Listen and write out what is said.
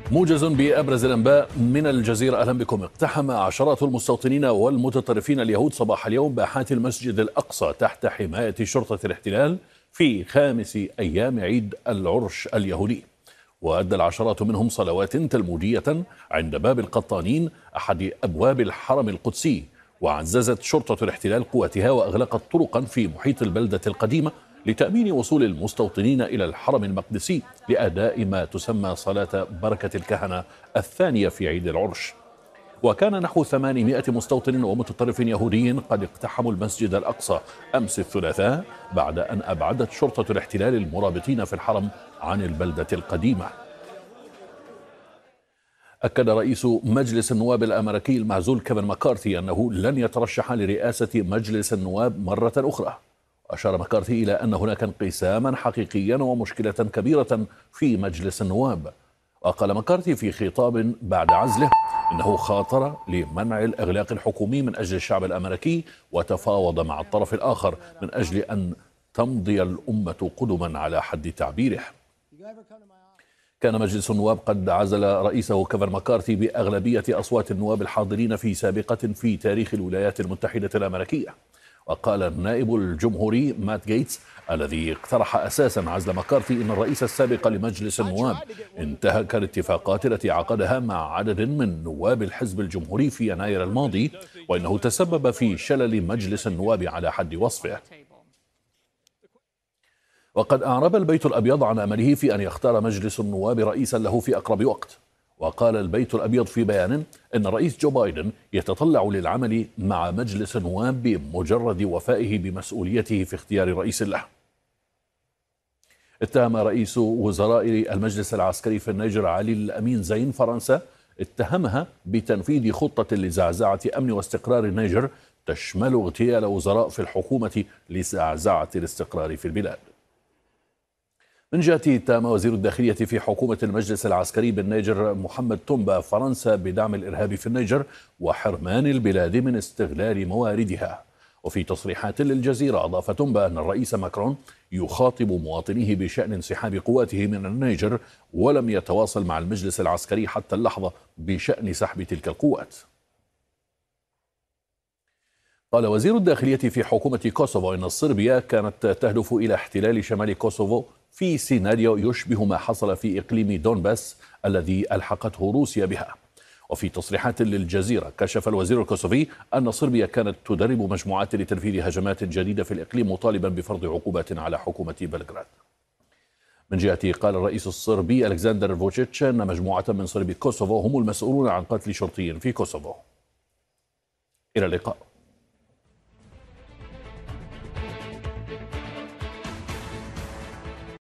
موجز بأبرز الأنباء من الجزيرة. أهلا بكم. اقتحم عشرات المستوطنين والمتطرفين اليهود صباح اليوم باحات المسجد الأقصى تحت حماية شرطة الاحتلال في 5 أيام عيد العرش اليهودي. وأدى العشرات منهم صلوات تلمودية عند باب القطانين أحد أبواب الحرم القدسي. وعززت شرطة الاحتلال قوتها وأغلقت طرقا في محيط البلدة القديمة لتأمين وصول المستوطنين إلى الحرم المقدسي لأداء ما تسمى صلاة بركة الكهنة الثانية في عيد العرش. وكان نحو 800 مستوطن ومتطرف يهودي قد اقتحموا المسجد الأقصى أمس الثلاثاء بعد أن أبعدت شرطة الاحتلال المرابطين في الحرم عن البلدة القديمة. أكد رئيس مجلس النواب الأمريكي المعزول كيفن ماكارثي أنه لن يترشح لرئاسة مجلس النواب مرة أخرى. أشار ماكارثي إلى أن هناك انقساما حقيقيا ومشكلة كبيرة في مجلس النواب. وقال ماكارثي في خطاب بعد عزله إنه خاطر لمنع الإغلاق الحكومي من أجل الشعب الأمريكي وتفاوض مع الطرف الآخر من أجل أن تمضي الأمة قدما على حد تعبيره. كان مجلس النواب قد عزل رئيسه كيفن ماكارثي بأغلبية أصوات النواب الحاضرين في سابقة في تاريخ الولايات المتحدة الأمريكية. وقال النائب الجمهوري مات جيتس الذي اقترح أساسا عزل ماكارثي إن الرئيس السابق لمجلس النواب انتهك الاتفاقات التي عقدها مع عدد من نواب الحزب الجمهوري في يناير الماضي، وإنه تسبب في شلل مجلس النواب على حد وصفه. وقد أعرب البيت الأبيض عن أمله في أن يختار مجلس النواب رئيسا له في أقرب وقت. وقال البيت الأبيض في بيان إن الرئيس جو بايدن يتطلع للعمل مع مجلس النواب بمجرد وفائه بمسؤوليته في اختيار رئيس له. اتهم رئيس وزراء المجلس العسكري في النيجر علي الأمين زين فرنسا اتهمها بتنفيذ خطة لزعزعة أمن واستقرار النيجر تشمل اغتيال وزراء في الحكومة لزعزعة الاستقرار في البلاد. من جهته اتهم وزير الداخلية في حكومة المجلس العسكري بالنيجر محمد تومبا فرنسا بدعم الإرهاب في النيجر وحرمان البلاد من استغلال مواردها. وفي تصريحات للجزيرة أضاف تومبا أن الرئيس ماكرون يخاطب مواطنيه بشأن انسحاب قواته من النيجر ولم يتواصل مع المجلس العسكري حتى اللحظة بشأن سحب تلك القوات. قال وزير الداخلية في حكومة كوسوفو إن صربيا كانت تهدف إلى احتلال شمال كوسوفو في سيناريو يشبه ما حصل في إقليم دونباس الذي ألحقته روسيا بها. وفي تصريحات للجزيرة كشف الوزير الكوسوفي أن صربيا كانت تدرب مجموعات لتنفيذ هجمات جديدة في الإقليم مطالبا بفرض عقوبات على حكومة بلغراد. من جهته قال الرئيس الصربي ألكسندر فوتشيتش أن مجموعة من صربي كوسوفو هم المسؤولون عن قتل شرطي في كوسوفو. إلى اللقاء.